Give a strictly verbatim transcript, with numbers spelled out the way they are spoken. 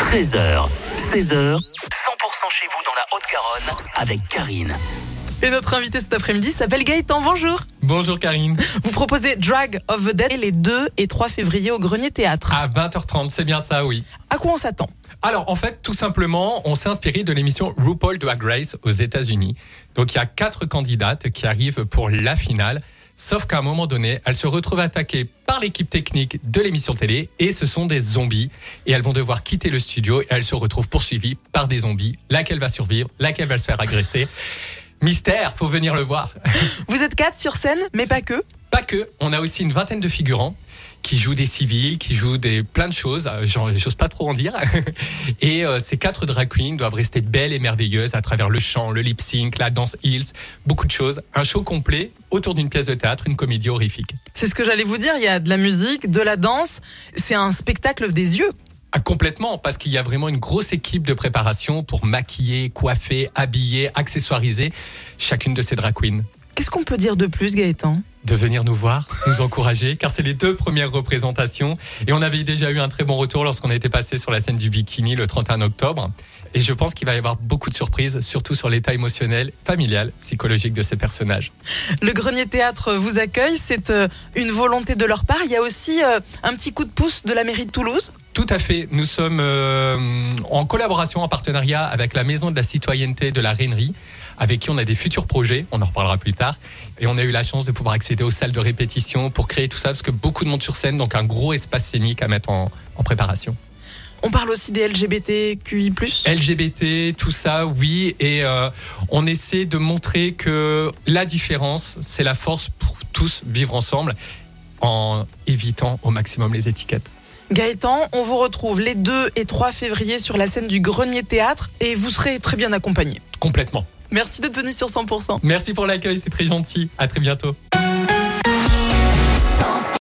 treize heures, seize heures, cent pour cent chez vous dans la Haute-Garonne avec Karine. Et notre invité cet après-midi s'appelle Gaëtan. Bonjour. Bonjour Karine. Vous proposez Drag of the Dead les deux et trois février au Grenier Théâtre. À vingt heures trente, c'est bien ça, oui. À quoi on s'attend ? Alors en fait, tout simplement, on s'est inspiré de l'émission RuPaul Drag Race aux États-Unis. Donc il y a quatre candidates qui arrivent pour la finale. Sauf qu'à un moment donné, elles se retrouvent attaquées par l'équipe technique de l'émission télé et ce sont des zombies. Et elles vont devoir quitter le studio et elles se retrouvent poursuivies par des zombies. Laquelle va survivre, laquelle va se faire agresser. Mystère, faut venir le voir. Vous êtes quatre sur scène, mais pas que. Pas que, on a aussi une vingtaine de figurants qui jouent des civils, qui jouent des plein de choses, genre, j'ose pas trop en dire. Et euh, ces quatre drag queens doivent rester belles et merveilleuses à travers le chant, le lip sync, la danse heels, beaucoup de choses. Un show complet autour d'une pièce de théâtre, une comédie horrifique. C'est ce que j'allais vous dire, il y a de la musique, de la danse, c'est un spectacle des yeux. Ah, complètement, parce qu'il y a vraiment une grosse équipe de préparation pour maquiller, coiffer, habiller, accessoiriser chacune de ces drag queens. Qu'est-ce qu'on peut dire de plus, Gaëtan ? De venir nous voir, nous encourager, car c'est les deux premières représentations. Et on avait déjà eu un très bon retour lorsqu'on était passé sur la scène du bikini le trente et un octobre. Et je pense qu'il va y avoir beaucoup de surprises, surtout sur l'état émotionnel, familial, psychologique de ces personnages. Le Grenier Théâtre vous accueille, c'est une volonté de leur part. Il y a aussi un petit coup de pouce de la mairie de Toulouse. Tout à fait. Nous sommes euh, en collaboration, en partenariat avec la Maison de la Citoyenneté de la Rainerie, avec qui on a des futurs projets, on en reparlera plus tard. Et on a eu la chance de pouvoir accéder aux salles de répétition pour créer tout ça, parce que beaucoup de monde sur scène, donc un gros espace scénique à mettre en, en préparation. On parle aussi des L G B T Q I plus. L G B T, tout ça, oui. Et euh, on essaie de montrer que la différence, c'est la force pour tous vivre ensemble, en évitant au maximum les étiquettes. Gaëtan, on vous retrouve les deux et trois février sur la scène du Grenier Théâtre et vous serez très bien accompagnés. Complètement. Merci d'être venu sur cent pour cent. Merci pour l'accueil, c'est très gentil. À très bientôt.